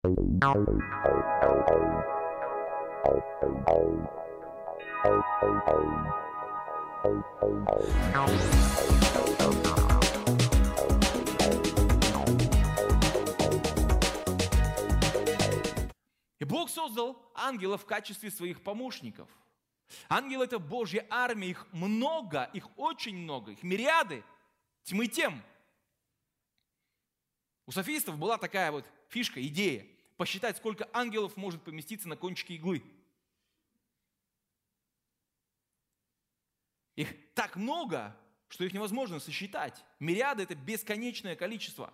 И Бог создал ангелов в качестве своих помощников. Ангелы – это Божья армия, их много, их очень много, их мириады, тьмы тем. У софистов была такая вот фишка, идея, посчитать, сколько ангелов может поместиться на кончике иглы. Их так много, что их невозможно сосчитать. Мириады – это бесконечное количество.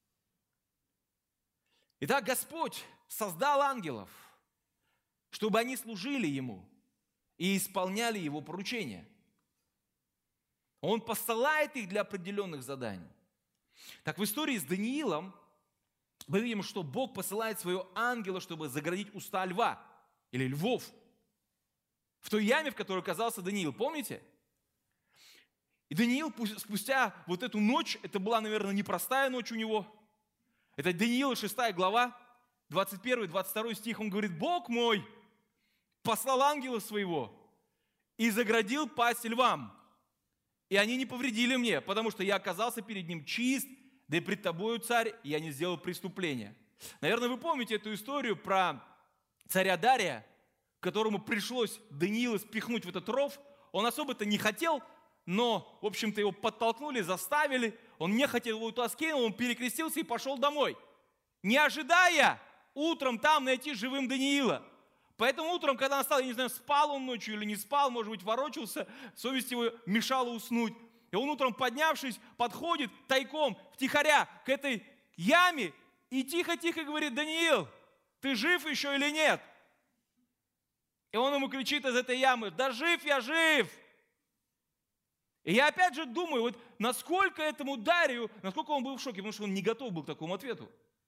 Итак, Господь создал ангелов, чтобы они служили Ему и исполняли Его поручения. Он посылает их для определенных заданий. Так в истории с Даниилом мы видим, что Бог посылает своего ангела, чтобы заградить уста льва или львов в той яме, в которой оказался Даниил. Помните? И Даниил спустя вот эту ночь, это была, наверное, непростая ночь у него. Это Даниила 6 глава, 21-22 стих, он говорит: «Бог мой послал ангела своего и заградил пасть львам, и они не повредили мне, потому что я оказался перед ним чист, да и пред тобою, царь, я не сделал преступления». Наверное, вы помните эту историю про царя Дария, которому пришлось Даниила спихнуть в этот ров. Он особо-то не хотел, но, в общем-то, его подтолкнули, заставили. Он не хотел его туда скинул, он перекрестился и пошел домой, не ожидая утром там найти живым Даниила. Поэтому утром, когда он стал, я не знаю, спал он ночью или не спал, может быть, ворочался, совесть его мешала уснуть. И он утром, поднявшись, подходит тайком, втихаря к этой яме и тихо-тихо говорит: «Даниил, ты жив еще или нет?» И он ему кричит из этой ямы: «Да жив я, жив!» И я опять же думаю, вот насколько этому Дарию, насколько он был в шоке, потому что он не готов был к такому ответу.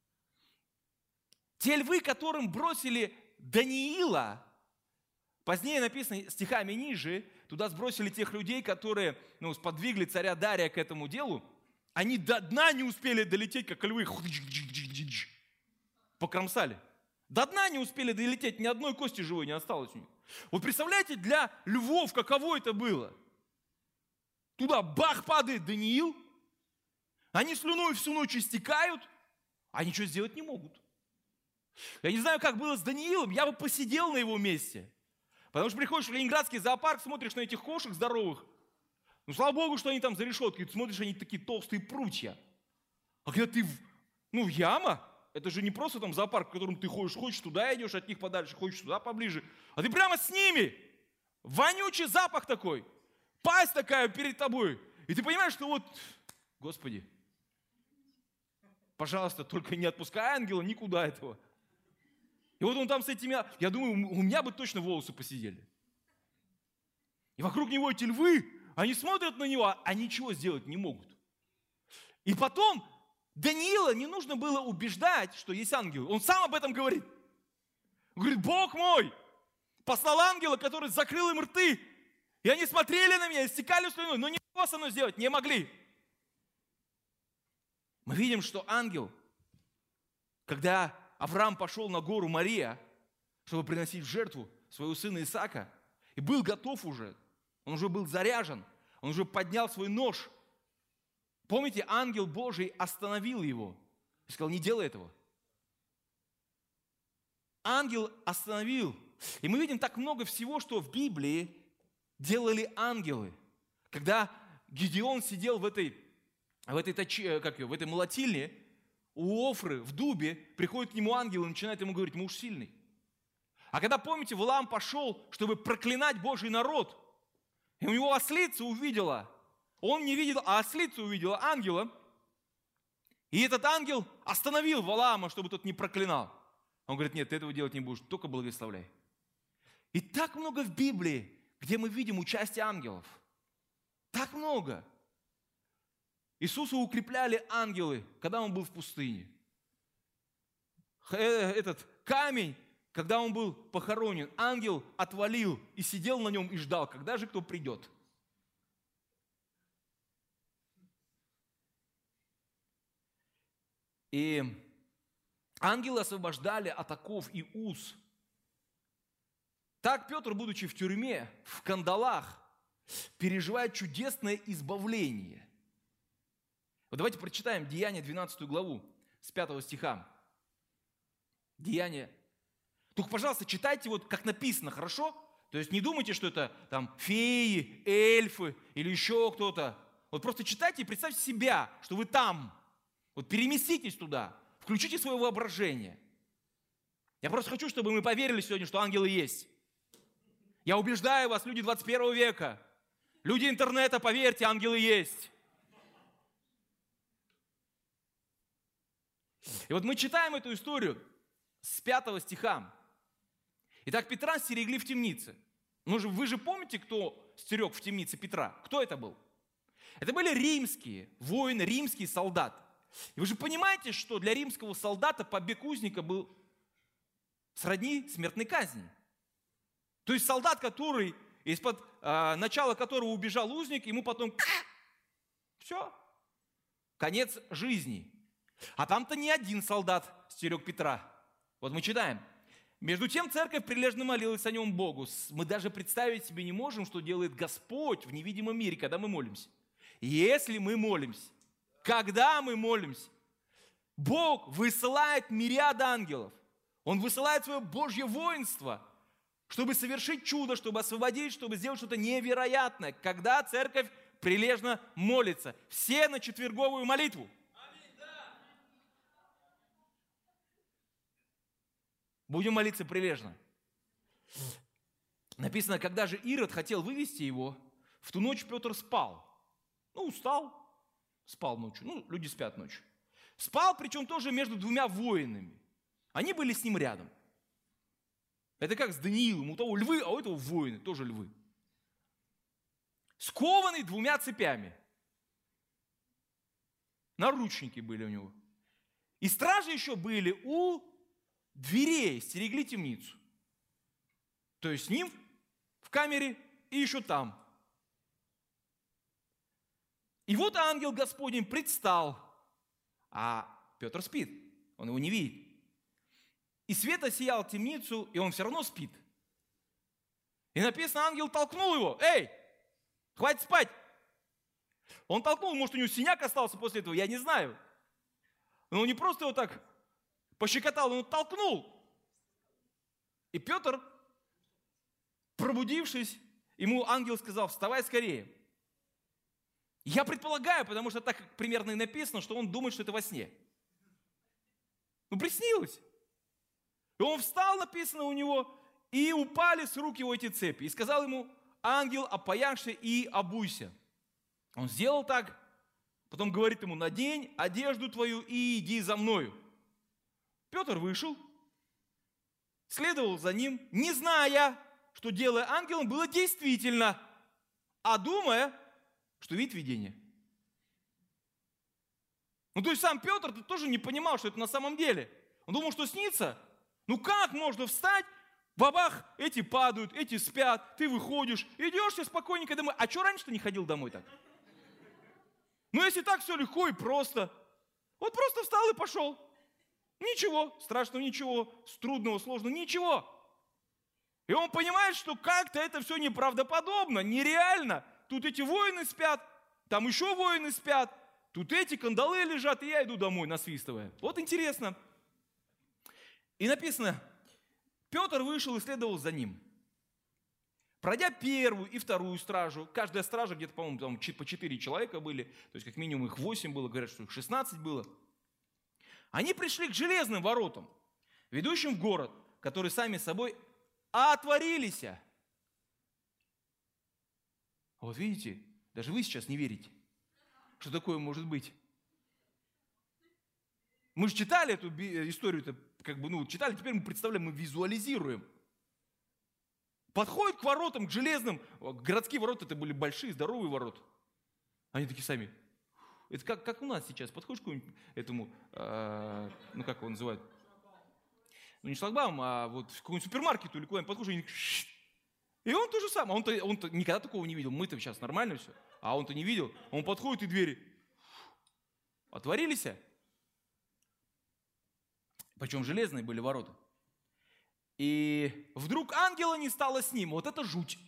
Те львы, которым бросили Даниила, позднее написано стихами ниже, туда сбросили тех людей, которые сподвигли царя Дария к этому делу, они до дна не успели долететь, как львы покромсали. До дна не успели долететь, ни одной кости живой не осталось у них. Вот представляете, для львов каково это было? Туда бах падает Даниил, они слюной всю ночь истекают, а ничего сделать не могут. Я не знаю, как было с Даниилом, я бы посидел на его месте. Потому что приходишь в Ленинградский зоопарк, смотришь на этих кошек здоровых. Слава Богу, что они там за решеткой. Ты смотришь, они такие толстые прутья. А когда ты, яма, это же не просто там зоопарк, в котором ты ходишь, хочешь туда идешь, от них подальше, хочешь туда поближе. А ты прямо с ними. Вонючий запах такой. Пасть такая перед тобой. И ты понимаешь, что вот, Господи, пожалуйста, только не отпускай ангела никуда этого. И вот он там с этими, я думаю, у меня бы точно волосы посидели. И вокруг него эти львы, они смотрят на него, а ничего сделать не могут. И потом Даниила не нужно было убеждать, что есть ангелы. Он сам об этом говорит. Он говорит: «Бог мой послал ангела, который закрыл им рты. И они смотрели на меня, истекали слюной, но ничего со мной сделать не могли». Мы видим, что ангел, когда Авраам пошел на гору Мория, чтобы приносить в жертву своего сына Исаака, и был готов уже, он уже был заряжен, он уже поднял свой нож. Помните, ангел Божий остановил его и сказал: «Не делай этого». Ангел остановил. И мы видим так много всего, что в Библии делали ангелы. Когда Гедеон сидел в этой молотильне, у Офры в дубе, приходит к нему ангел и начинает ему говорить: «Муж сильный». А когда, помните, Валаам пошел, чтобы проклинать Божий народ, и у него ослица увидела, он не видел, а ослица увидела ангела, и этот ангел остановил Валаама, чтобы тот не проклинал. Он говорит: «Нет, ты этого делать не будешь, только благословляй». И так много в Библии, где мы видим участие ангелов. Так много. Иисуса укрепляли ангелы, когда Он был в пустыне. Этот камень, когда Он был похоронен, ангел отвалил и сидел на нем и ждал, когда же кто придет. И Ангелы освобождали от оков и уз. Так Петр, будучи в тюрьме, в кандалах, переживает чудесное избавление. Вот давайте прочитаем Деяния 12 главу с 5 стиха. Деяния. Только, пожалуйста, читайте вот как написано, хорошо? То есть не думайте, что это там феи, эльфы или еще кто-то. Вот просто читайте и представьте себя, что вы там. Вот переместитесь туда, включите свое воображение. Я просто хочу, чтобы мы поверили сегодня, что ангелы есть. Я убеждаю вас, люди 21 века, люди интернета, поверьте, ангелы есть. И вот мы читаем эту историю с 5 стиха. Итак, Петра стерегли в темнице. Ну, вы же помните, кто стерег в темнице Петра? Кто это был? Это были римские воины, римские солдаты. И вы же понимаете, что для римского солдата побег узника был сродни смертной казни. То есть солдат, который, из-под начала которого убежал узник, ему потом все, конец жизни. А там-то не один солдат стерег Петра. Вот мы читаем. Между тем церковь прилежно молилась о нем Богу. Мы даже представить себе не можем, что делает Господь в невидимом мире, когда мы молимся. Если мы молимся, когда мы молимся, Бог высылает мириад ангелов. Он высылает свое Божье воинство, чтобы совершить чудо, чтобы освободить, чтобы сделать что-то невероятное. Когда церковь прилежно молится. Все на четверговую молитву. Будем молиться прилежно. Написано, когда же Ирод хотел вывести его, в ту ночь Петр спал. Устал, спал ночью. Люди спят ночью. Спал, причем тоже между двумя воинами. Они были с ним рядом. Это как с Даниилом. У того львы, а у этого воины, тоже львы. Скованный 2 цепями. Наручники были у него. И стражи еще были у дверей, стерегли темницу. То есть с ним в камере и еще там. И вот ангел Господень предстал, а Петр спит, он его не видит. И свет осиял темницу, и он все равно спит. И написано, ангел толкнул его. Эй, хватит спать. Он толкнул, может, у него синяк остался после этого, я не знаю. Но он не просто его так пощекотал, он толкнул. И Петр, пробудившись, ему ангел сказал, вставай скорее. Я предполагаю, потому что так примерно и написано, что он думает, что это во сне. Приснилось. И он встал, написано у него, и упали с рук его эти цепи. И сказал ему, ангел, опояшься и обуйся. Он сделал так, потом говорит ему, надень одежду твою и иди за мною. Петр вышел, следовал за ним, не зная, что дело ангелом было действительно, а думая, что видит видение. То есть сам Петр тоже не понимал, что это на самом деле. Он думал, что снится. Как можно встать, бабах, эти падают, эти спят, ты выходишь, идешь себе спокойненько домой. А что раньше-то не ходил домой так? Если так все легко и просто. Вот просто встал и пошел. Ничего страшного, ничего трудного, сложного, ничего. И он понимает, что как-то это все неправдоподобно, нереально. Тут эти воины спят, там еще воины спят, тут эти кандалы лежат, и я иду домой, насвистывая. Вот интересно. И написано, Петр вышел и следовал за ним. Пройдя первую и вторую стражу, каждая стража где-то, по-моему, там по 4 человека были, то есть как минимум их 8 было, говорят, что их 16 было. Они пришли к железным воротам, ведущим в город, которые сами собой отворились. Вот видите, даже вы сейчас не верите, что такое может быть. Мы же читали эту историю, читали, теперь мы представляем, мы визуализируем. Подходят к воротам, к железным, городские ворота, это были большие, здоровые ворота. Они такие сами. Это как у нас сейчас, подходишь к какому-нибудь этому, как его называют? Не шлагбаум, а вот в какому-нибудь супермаркету или куда-нибудь подходишь, и он то же самое, он-то никогда такого не видел, мы-то сейчас нормально все, а он-то не видел, он подходит и двери отворились. Причем железные были ворота. И вдруг ангела не стало с ним. Вот это жуть.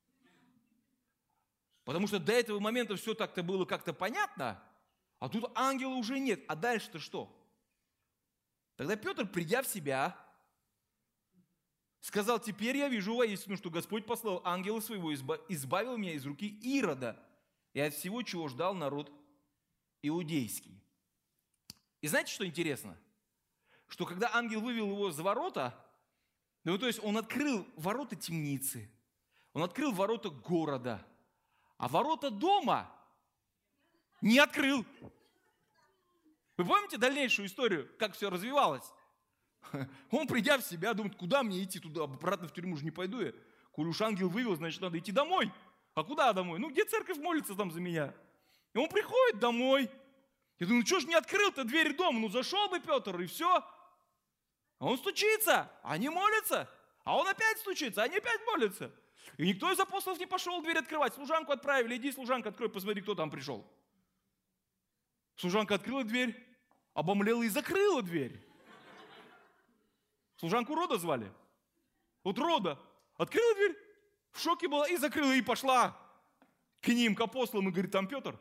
Потому что до этого момента все так-то было как-то понятно, а тут ангела уже нет. А дальше-то что? Тогда Петр, придя в себя, сказал: теперь я вижу воистину, что Господь послал ангела своего, избавил меня из руки Ирода и от всего, чего ждал народ иудейский. И знаете, что интересно? Что когда ангел вывел его за ворота, ну, то есть он открыл ворота темницы, он открыл ворота города, а ворота дома не открыл. Вы помните дальнейшую историю, как все развивалось? Он, придя в себя, думает: куда мне идти туда, обратно в тюрьму же не пойду я. Коли уж ангел вывел, значит, надо идти домой. А куда домой? Ну, где церковь молится там за меня? И он приходит домой. Я думаю: ну, что ж не открыл-то дверь дома? Ну, зашел бы Петр, и все. А он стучится, они молятся. А он опять стучится, они опять молятся. И никто из апостолов не пошел дверь открывать. Служанку отправили: иди, служанка, открой, посмотри, кто там пришел. Служанка открыла дверь, обомлела и закрыла дверь. Служанку Рода звали. Вот Рода открыла дверь, в шоке была, и закрыла, и пошла к ним, к апостолам, и говорит: там Петр.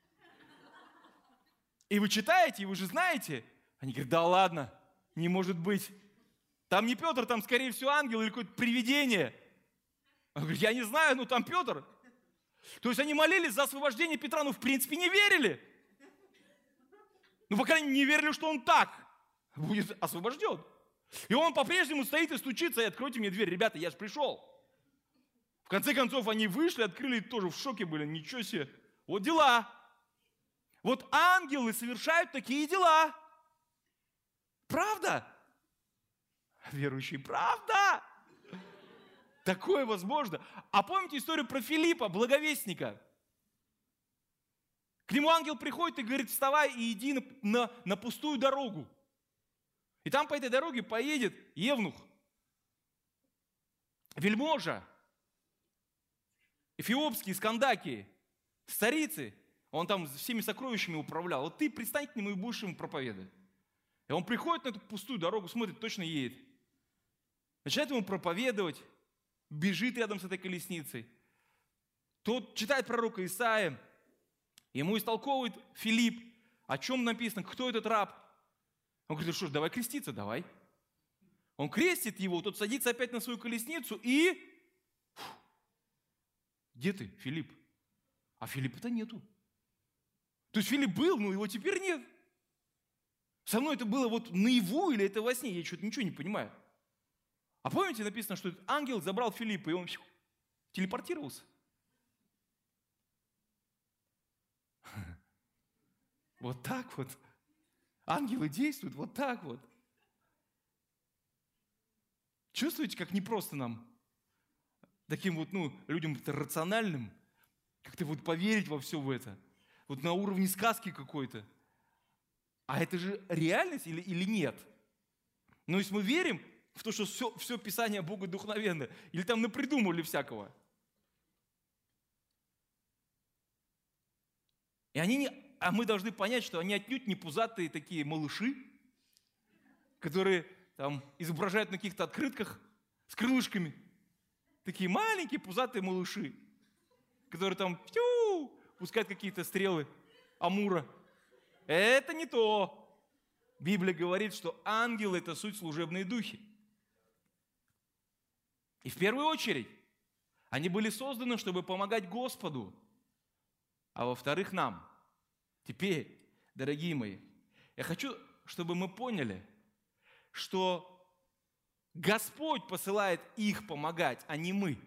И вы читаете, и вы же знаете. Они говорят: да ладно, не может быть. Там не Петр, там, скорее всего, ангел или какое-то привидение. Он говорит: я не знаю, но там Петр. То есть они молились за освобождение Петра, но в принципе не верили. Ну, по крайней мере, не верили, что он так будет освобожден. И он по-прежнему стоит и стучится: и откройте мне дверь. Ребята, я же пришел. В конце концов, они вышли, открыли, и тоже в шоке были. Ничего себе. Вот дела. Вот ангелы совершают такие дела. Правда? Верующие, правда? Такое возможно. А помните историю про Филиппа, благовестника? К нему ангел приходит и говорит: вставай и иди на пустую дорогу. И там по этой дороге поедет евнух, вельможа, эфиопский, из Кандакии, с царицы. Он там всеми сокровищами управлял. Вот ты пристань к нему и будешь ему проповедовать. И он приходит на эту пустую дорогу, смотрит, точно едет. Начинает ему проповедовать, бежит рядом с этой колесницей. Тот читает пророка Исаия, ему истолковывает Филипп, о чем написано, кто этот раб. Он говорит: что ж, давай креститься, давай. Он крестит его, тот садится опять на свою колесницу и... Где ты, Филипп? А Филиппа-то нету. То есть Филипп был, но его теперь нет. Со мной это было вот наяву или это во сне, я что-то ничего не понимаю. А помните, написано, что этот ангел забрал Филиппа, и он телепортировался? Вот так вот. Ангелы действуют вот так вот. Чувствуете, как непросто нам, таким вот, людям рациональным, как-то вот поверить во все в это. Вот на уровне сказки какой-то. А это же реальность или нет? Но если мы верим в то, что все Писание Бога вдохновенно, или там напридумывали всякого. А мы должны понять, что они отнюдь не пузатые такие малыши, которые там изображают на каких-то открытках с крылышками. Такие маленькие пузатые малыши, которые там пускают какие-то стрелы Амура. Это не то. Библия говорит, что ангелы – это суть служебные духи. И в первую очередь они были созданы, чтобы помогать Господу, а во-вторых, нам. Теперь, дорогие мои, я хочу, чтобы мы поняли, что Господь посылает их помогать, а не мы.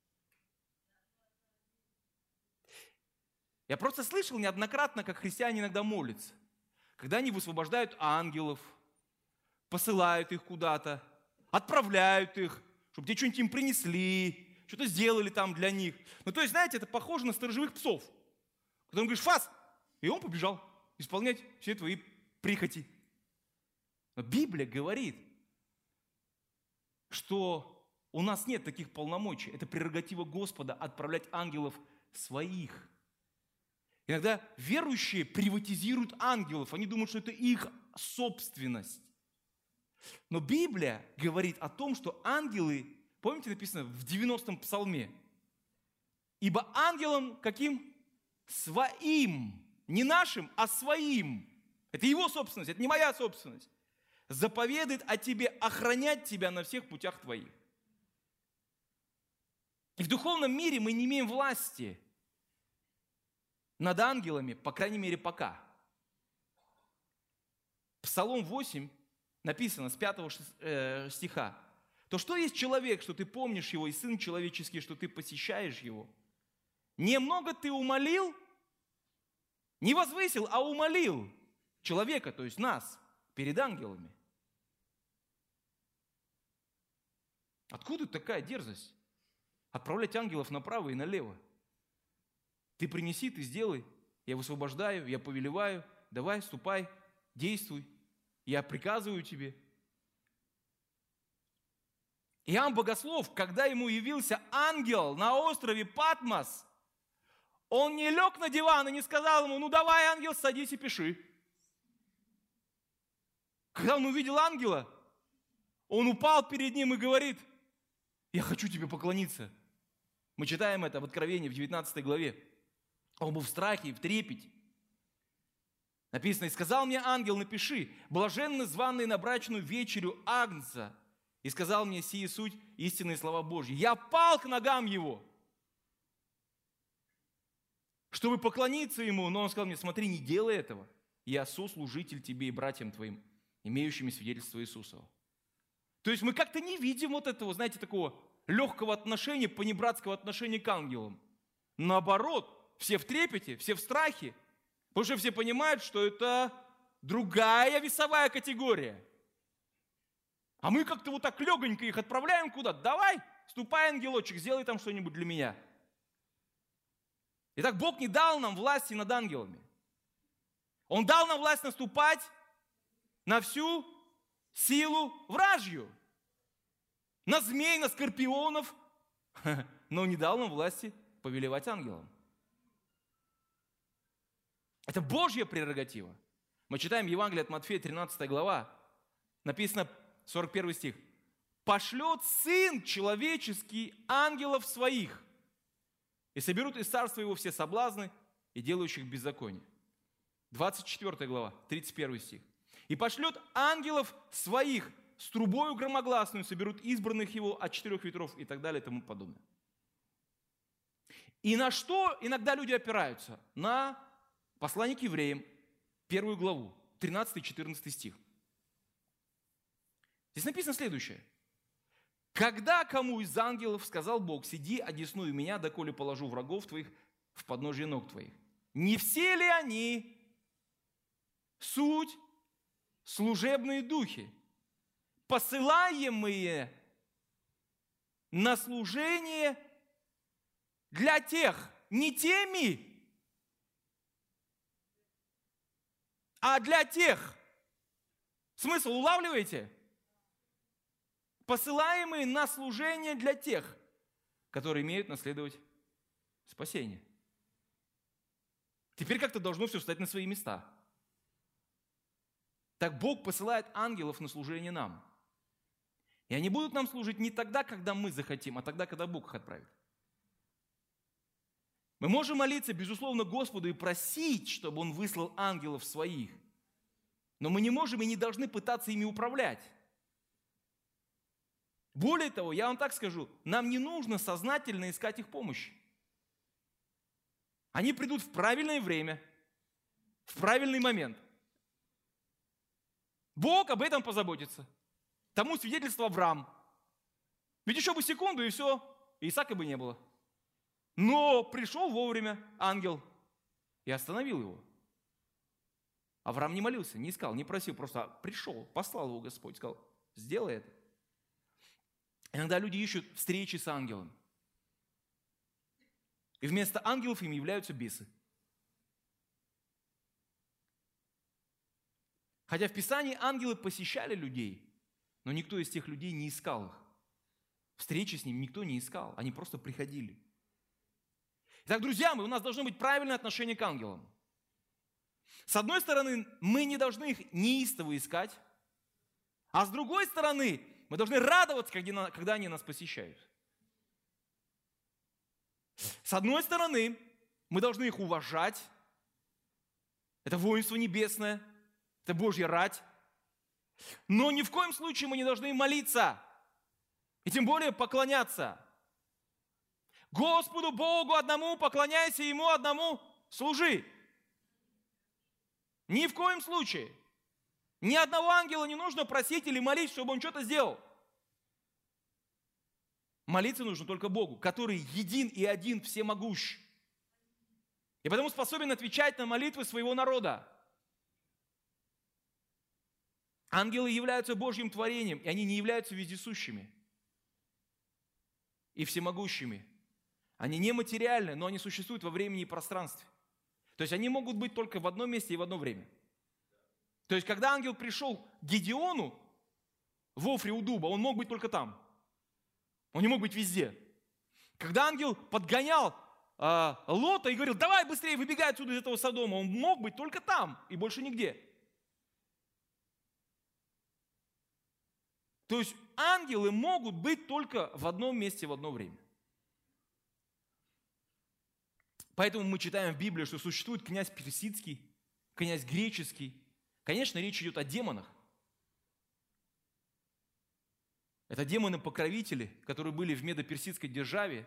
Я просто слышал неоднократно, как христиане иногда молятся, когда они высвобождают ангелов, посылают их куда-то, отправляют их, чтобы те что-нибудь им принесли, что-то сделали там для них. Ну, то есть, знаете, это похоже на сторожевых псов. Когда он говорит: фас, и он побежал исполнять все твои прихоти. Но Библия говорит, что у нас нет таких полномочий. Это прерогатива Господа отправлять ангелов своих. Иногда верующие приватизируют ангелов. Они думают, что это их собственность. Но Библия говорит о том, что ангелы, помните, написано в 90-м псалме, ибо ангелам каким? Своим. Не нашим, а своим. Это его собственность, это не моя собственность. Заповедует о тебе охранять тебя на всех путях твоих. И в духовном мире мы не имеем власти над ангелами, по крайней мере, пока. Псалом 8 написано с 5 стиха. То что есть человек, что ты помнишь его, и сын человеческий, что ты посещаешь его? Немного ты умолил, не возвысил, а умолил человека, то есть нас, перед ангелами. Откуда такая дерзость? Отправлять ангелов направо и налево. Ты принеси, ты сделай. Я высвобождаю, я повелеваю. Давай, ступай, действуй. Я приказываю тебе. Иоанн Богослов, когда ему явился ангел на острове Патмос, он не лег на диван и не сказал ему: ну давай, ангел, садись и пиши. Когда он увидел ангела, он упал перед ним и говорит: я хочу тебе поклониться. Мы читаем это в Откровении, в 19 главе. Он был в страхе и в трепете. Написано: и сказал мне ангел: напиши, блаженны званые на брачную вечерю Агнца. И сказал мне: сии суть истинные слова Божьи. Я пал к ногам его, чтобы поклониться ему. Но он сказал мне: смотри, не делай этого. Я сослужитель тебе и братьям твоим, имеющими свидетельство Иисусова. То есть мы как-то не видим вот этого, знаете, такого легкого отношения, понебратского отношения к ангелам. Наоборот, все в трепете, все в страхе, потому что все понимают, что это другая весовая категория. А мы как-то вот так легонько их отправляем куда-то. Давай, ступай, ангелочек, сделай там что-нибудь для меня. Итак, Бог не дал нам власти над ангелами. Он дал нам власть наступать на всю силу вражью. На змей, на скорпионов, но не дал нам власти повелевать ангелам. Это Божья прерогатива. Мы читаем Евангелие от Матфея, 13 глава, написано 41 стих. «Пошлет Сын Человеческий ангелов своих, и соберут из царства его все соблазны и делающих беззаконие». 24 глава, 31 стих. «И пошлет ангелов своих, с трубою громогласную соберут избранных его от 4 ветров» и так далее и тому подобное. И на что иногда люди опираются? На послание к евреям, 1 главу, 13-14 стих. Здесь написано следующее. «Когда кому из ангелов сказал Бог: сиди, одесную меня, доколе положу врагов твоих в подножие ног твоих. Не все ли они суть служебные духи, посылаемые на служение для тех, не теми, а для тех». Смысл улавливаете? Посылаемые на служение для тех, которые имеют наследовать спасение. Теперь как-то должно все встать на свои места. Так Бог посылает ангелов на служение нам. И они будут нам служить не тогда, когда мы захотим, а тогда, когда Бог их отправит. Мы можем молиться, безусловно, Господу и просить, чтобы Он выслал ангелов своих. Но мы не можем и не должны пытаться ими управлять. Более того, я вам так скажу, нам не нужно сознательно искать их помощи. Они придут в правильное время, в правильный момент. Бог об этом позаботится. Тому свидетельство Авраам. Ведь еще бы секунду, и все, Исаака бы не было. Но пришел вовремя ангел и остановил его. Авраам не молился, не искал, не просил, просто пришел, послал его Господь, сказал: сделай это. Иногда люди ищут встречи с ангелом. И вместо ангелов им являются бесы. Хотя в Писании ангелы посещали людей, но никто из тех людей не искал их. Встречи с ним никто не искал, они просто приходили. Итак, друзья мои, у нас должно быть правильное отношение к ангелам. С одной стороны, мы не должны их неистово искать, А с другой стороны, мы должны радоваться, когда они нас посещают. С одной стороны, мы должны их уважать. Это воинство небесное, это Божья рать. Но ни в коем случае мы не должны им молиться. И тем более поклоняться. Господу Богу одному поклоняйся, Ему одному служи. Ни в коем случае. Ни одного ангела не нужно просить или молить, чтобы он что-то сделал. Молиться нужно только Богу, который един и один всемогущ. И потому способен отвечать на молитвы своего народа. Ангелы являются Божьим творением, и они не являются вездесущими и всемогущими. Они нематериальны, но они существуют во времени и пространстве. То есть они могут быть только в одном месте и в одно время. То есть когда ангел пришел к Гедеону в Офре у дуба, он мог быть только там. Он не мог быть везде. Когда ангел подгонял Лота и говорил: давай быстрее выбегай отсюда из этого Содома, он мог быть только там и больше нигде. То есть ангелы могут быть только в одном месте в одно время. Поэтому мы читаем в Библии, что существует князь персидский, князь греческий. Конечно, речь идет о демонах. Это демоны-покровители, которые были в медо-персидской державе.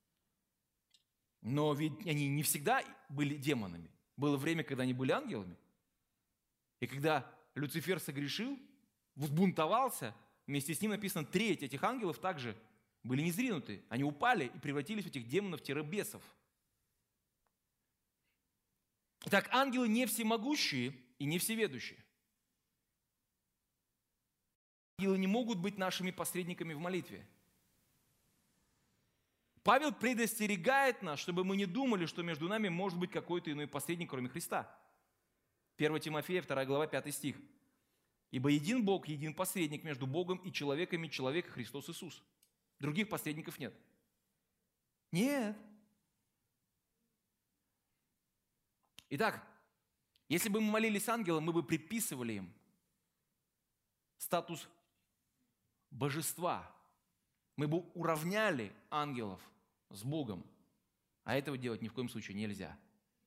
Но ведь они не всегда были демонами. Было время, когда они были ангелами. И когда Люцифер согрешил, взбунтовался, вместе с ним написано, треть этих ангелов также были низвергнуты. Они упали и превратились в этих демонов-бесов. Итак, ангелы не всемогущие и не всеведущие. Ангелы не могут быть нашими посредниками в молитве. Павел предостерегает нас, чтобы мы не думали, что между нами может быть какой-то иной посредник, кроме Христа. 1 Тимофея, 2 глава, 5 стих. «Ибо един Бог, един посредник между Богом и человеками, человек Христос Иисус». Других посредников нет. Нет. Итак, если бы мы молились ангелам, мы бы приписывали им статус божества. Мы бы уравняли ангелов с Богом. А этого делать ни в коем случае нельзя.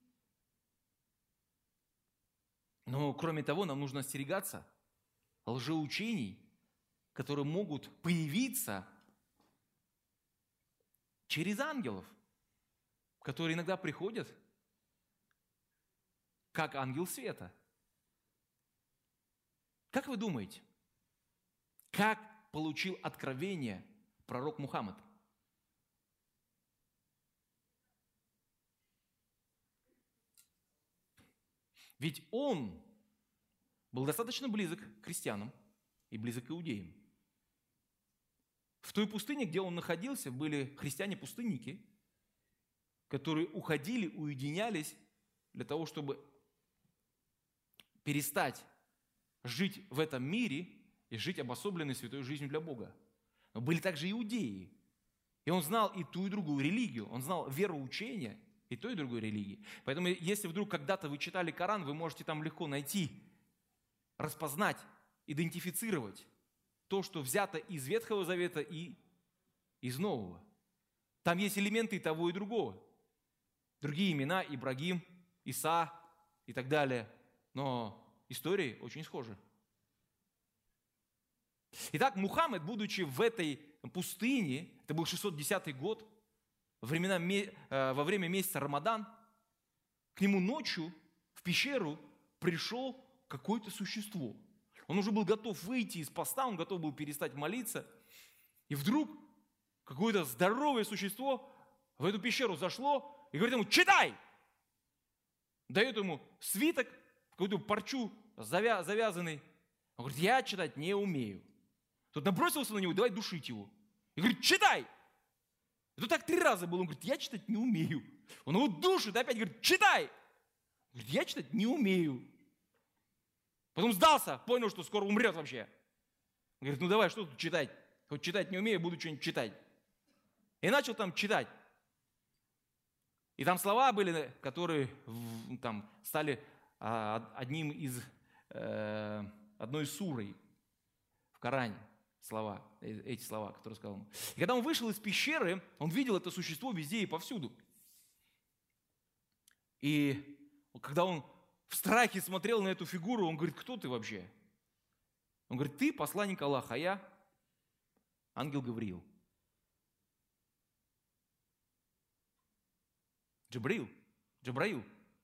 Но кроме того, нам нужно остерегаться лжеучений, которые могут появиться через ангелов, которые иногда приходят как ангел света. Как вы думаете, как получил откровение пророк Мухаммад? Ведь он был достаточно близок к христианам и близок к иудеям. В той пустыне, где он находился, были христиане-пустынники, которые уходили, уединялись для того, чтобы перестать жить в этом мире и жить обособленной святой жизнью для Бога. Но были также иудеи. И он знал и ту, и другую религию. Он знал вероучение и той, и другой религии. Поэтому, если вдруг когда-то вы читали Коран, вы можете там легко найти, распознать, идентифицировать то, что взято из Ветхого Завета и из Нового. Там есть элементы и того, и другого. Другие имена: Ибрагим, Иса и так далее. Но истории очень схожи. Итак, Мухаммед, будучи в этой пустыне, это был 610 год, во время месяца Рамадан, к нему ночью в пещеру пришел какое-то существо. Он уже был готов выйти из поста, он готов был перестать молиться. И вдруг какое-то здоровое существо в эту пещеру зашло и говорит ему: читай! Дает ему свиток, какую-то парчу завязанный. Он говорит: я читать не умею. Тот набросился на него: давай душить его. И говорит: читай! Это так 3 раза было. Он говорит: я читать не умею. Он его душит, опять говорит: читай! Он говорит: я читать не умею. Потом сдался, понял, что скоро умрет вообще. Он говорит: ну давай, что тут читать? Хоть читать не умею, буду что-нибудь читать. И начал там читать. И там слова были, которые там стали одной из сурой. Коране эти слова, которые сказал ему. И когда он вышел из пещеры, он видел это существо везде и повсюду. И когда он в страхе смотрел на эту фигуру, он говорит: кто ты вообще? Он говорит: ты посланник Аллаха, а я ангел Гавриил. Джабраил.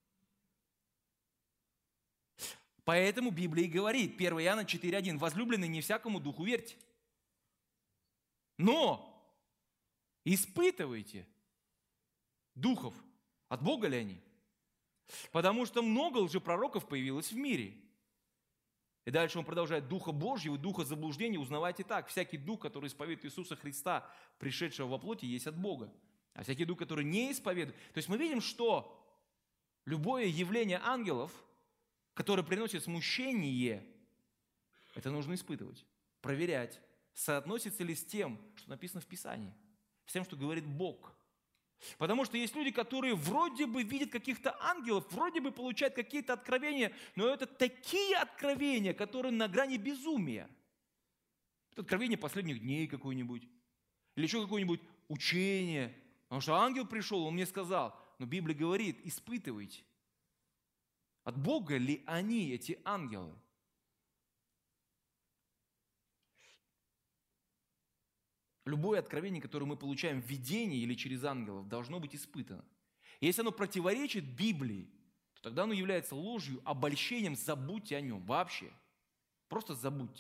Поэтому Библия и говорит, 1 Иоанна 4:1, возлюбленные, не всякому духу верьте. Но испытывайте духов, от Бога ли они? Потому что много лжепророков появилось в мире. И дальше он продолжает: Духа Божьего, Духа заблуждения узнавайте так. Всякий дух, который исповедует Иисуса Христа, пришедшего во плоти, есть от Бога. А всякий дух, который не исповедует. То есть мы видим, что любое явление ангелов, которое приносит смущение, это нужно испытывать, проверять, соотносится ли с тем, что написано в Писании, с тем, что говорит Бог. Потому что есть люди, которые вроде бы видят каких-то ангелов, вроде бы получают какие-то откровения, но это такие откровения, которые на грани безумия. Это откровение последних дней какое-нибудь, или еще какое-нибудь учение. Потому что ангел пришел, он мне сказал. Но Библия говорит: испытывайте, от Бога ли они, эти ангелы. Любое откровение, которое мы получаем в видении или через ангелов, должно быть испытано. И если оно противоречит Библии, то тогда оно является ложью, обольщением. Забудьте о нем вообще. Просто забудьте.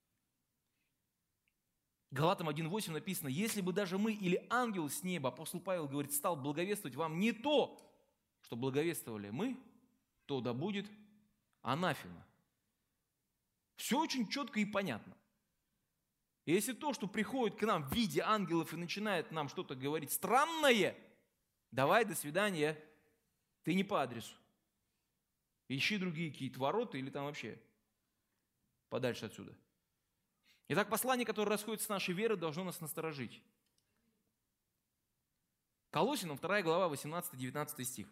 Галатам 1:8 написано: если бы даже мы или ангел с неба, апостол Павел говорит, стал благовествовать вам не то, что благовествовали мы, то да будет анафема. Все очень четко и понятно. И если то, что приходит к нам в виде ангелов и начинает нам что-то говорить странное, давай, до свидания, ты не по адресу. Ищи другие какие-то ворота или там вообще подальше отсюда. Итак, послание, которое расходится с нашей верой, должно нас насторожить. Колоссянам 2 глава, 18-19 стих.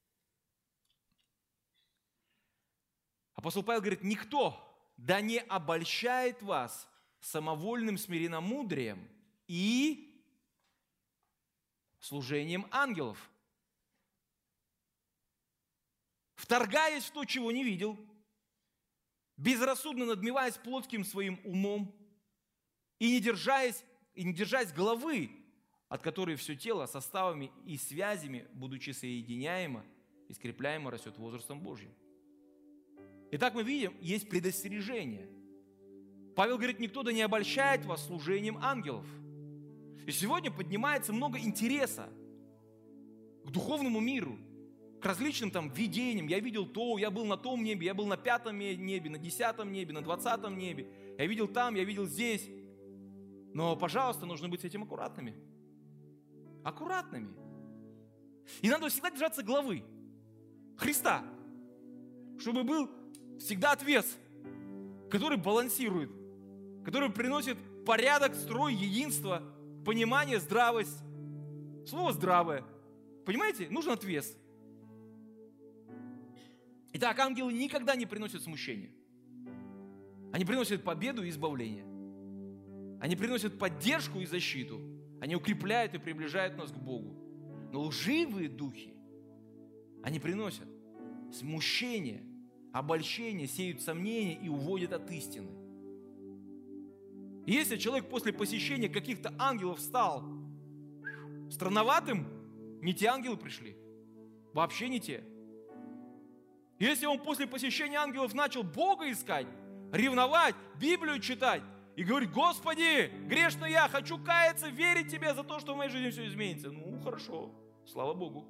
Апостол Павел говорит: никто да не обольщает вас самовольным смиренномудрием и служением ангелов, вторгаясь в то, чего не видел, безрассудно надмеваясь плотским своим умом и не держась головы, от которой все тело составами и связями, будучи соединяемо и скрепляемо, растет возрастом Божьим. Итак, мы видим, есть предостережение. Павел говорит: никто да не обольщает вас служением ангелов. И сегодня поднимается много интереса к духовному миру, к различным там видениям. Я видел то, я был на том небе, я был на 5-м небе, на 10-м небе, на 20-м небе. Я видел там, я видел здесь. Но, пожалуйста, нужно быть с этим аккуратными. Аккуратными. И надо всегда держаться главы Христа, чтобы был всегда отвес, который балансирует, который приносит порядок, строй, единство, понимание, здравость. Слово «здравое». Понимаете? Нужен отвес. Итак, ангелы никогда не приносят смущения. Они приносят победу и избавление. Они приносят поддержку и защиту. Они укрепляют и приближают нас к Богу. Но лживые духи, они приносят смущение, обольщение, сеют сомнения и уводят от истины. И если человек после посещения каких-то ангелов стал странноватым, не те ангелы пришли. Вообще не те. Если он после посещения ангелов начал Бога искать, ревновать, Библию читать и говорить: Господи, грешный я, хочу каяться, верить Тебе за то, что в моей жизни все изменится. Ну, хорошо, слава Богу.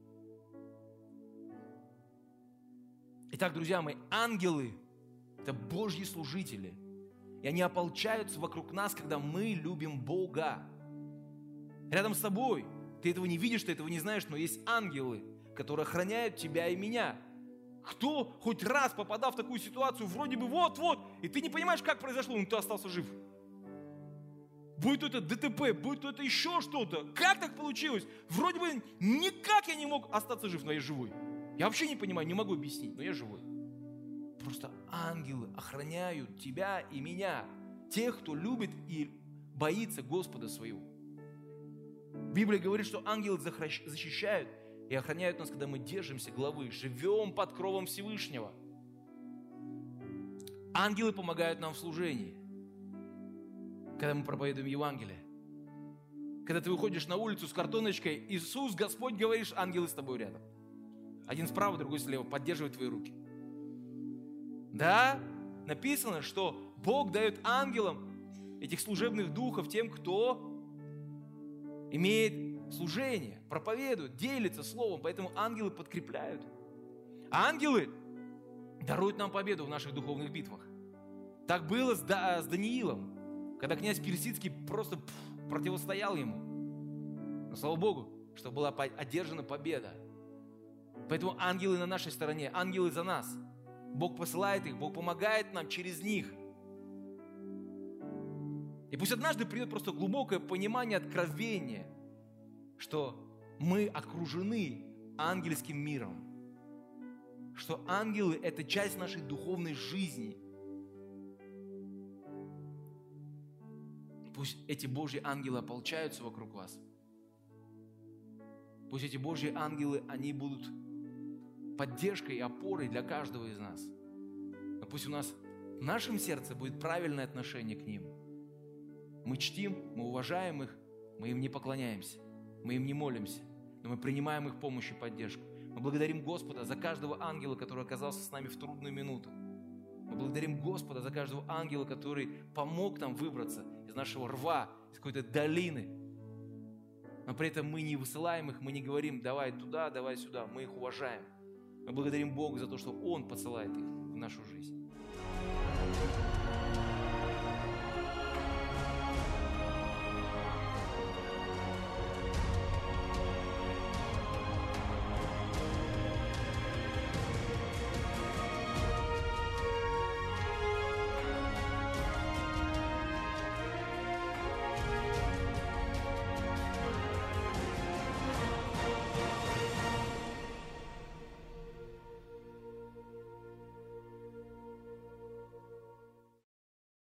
Итак, друзья мои, ангелы – это Божьи служители. И они ополчаются вокруг нас, когда мы любим Бога. Рядом с тобой. Ты этого не видишь, ты этого не знаешь, но есть ангелы, которые охраняют тебя и меня. Кто хоть раз, попадав в такую ситуацию, вроде бы вот-вот, и ты не понимаешь, как произошло, но ты остался жив. Будь то это ДТП, будь то это еще что-то. Как так получилось? Вроде бы никак я не мог остаться жив, но я живой. Я вообще не понимаю, не могу объяснить, но я живой. Просто ангелы охраняют тебя и меня. тех, кто любит и боится Господа своего. Библия говорит, что ангелы защищают и охраняют нас, когда мы держимся главы, живем под кровом Всевышнего. Ангелы помогают нам в служении, когда мы проповедуем Евангелие. Когда ты выходишь на улицу с картоночкой, Иисус, Господь, говоришь, ангелы с тобой рядом. Один справа, другой слева, поддерживает твои руки. Да, написано, что Бог дает ангелам этих служебных духов тем, кто имеет служение, проповедует, делится словом, поэтому ангелы подкрепляют. А ангелы даруют нам победу в наших духовных битвах. Так было с Даниилом, когда князь Персидский просто противостоял ему. Но слава Богу, что была одержана победа. Поэтому ангелы на нашей стороне, ангелы за нас. Бог посылает их, Бог помогает нам через них. И пусть однажды придет просто глубокое понимание, откровение, что мы окружены ангельским миром. Что ангелы – это часть нашей духовной жизни. Пусть эти Божьи ангелы ополчаются вокруг вас. Пусть эти Божьи ангелы, они будут поддержкой и опорой для каждого из нас. Но пусть у нас в нашем сердце будет правильное отношение к ним. Мы чтим, мы уважаем их, мы им не поклоняемся, мы им не молимся, но мы принимаем их помощь и поддержку. Мы благодарим Господа за каждого ангела, который оказался с нами в трудную минуту. Мы благодарим Господа за каждого ангела, который помог нам выбраться из нашего рва, из какой-то долины. Но при этом мы не высылаем их, мы не говорим, давай туда, давай сюда, мы их уважаем. Мы благодарим Бога за то, что Он посылает их в нашу жизнь.